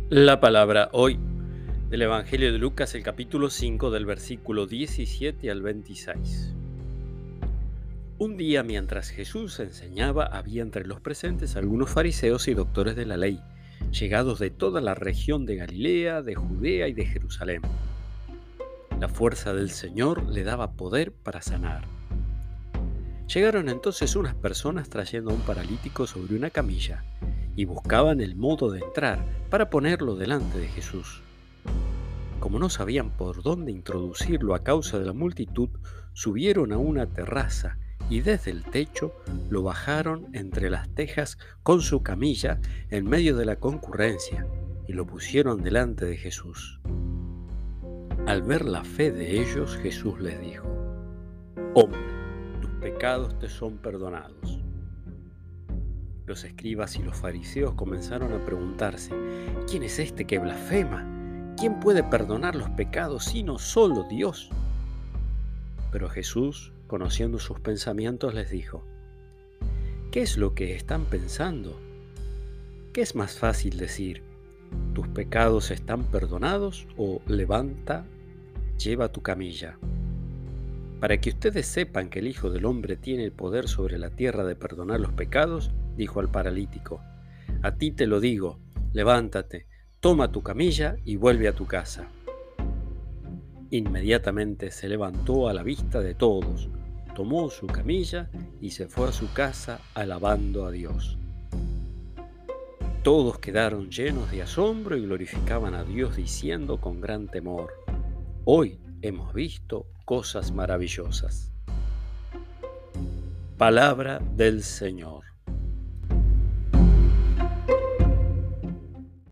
La palabra hoy del Evangelio de Lucas, el capítulo 5 del versículo 17 al 26. Un día mientras Jesús enseñaba, había entre los presentes algunos fariseos y doctores de la ley, llegados de toda la región de Galilea, de Judea y de Jerusalén. La fuerza del Señor le daba poder para sanar. Llegaron entonces unas personas trayendo a un paralítico sobre una camilla y buscaban el modo de entrar para ponerlo delante de Jesús. Como no sabían por dónde introducirlo a causa de la multitud, subieron a una terraza y desde el techo lo bajaron entre las tejas con su camilla en medio de la concurrencia y lo pusieron delante de Jesús. Al ver la fe de ellos, Jesús les dijo: «Hombre, tus pecados te son perdonados». Los escribas y los fariseos comenzaron a preguntarse: «¿Quién es este que blasfema? ¿Quién puede perdonar los pecados sino solo Dios?». Pero Jesús, conociendo sus pensamientos, les dijo: «¿Qué es lo que están pensando? ¿Qué es más fácil decir: tus pecados están perdonados, o levanta, lleva tu camilla? Para que ustedes sepan que el Hijo del Hombre tiene el poder sobre la tierra de perdonar los pecados», dijo al paralítico: «A ti te lo digo, levántate, toma tu camilla y vuelve a tu casa». Inmediatamente se levantó a la vista de todos, tomó su camilla y se fue a su casa alabando a Dios. Todos quedaron llenos de asombro y glorificaban a Dios diciendo con gran temor: «Hoy hemos visto cosas maravillosas». Palabra del Señor.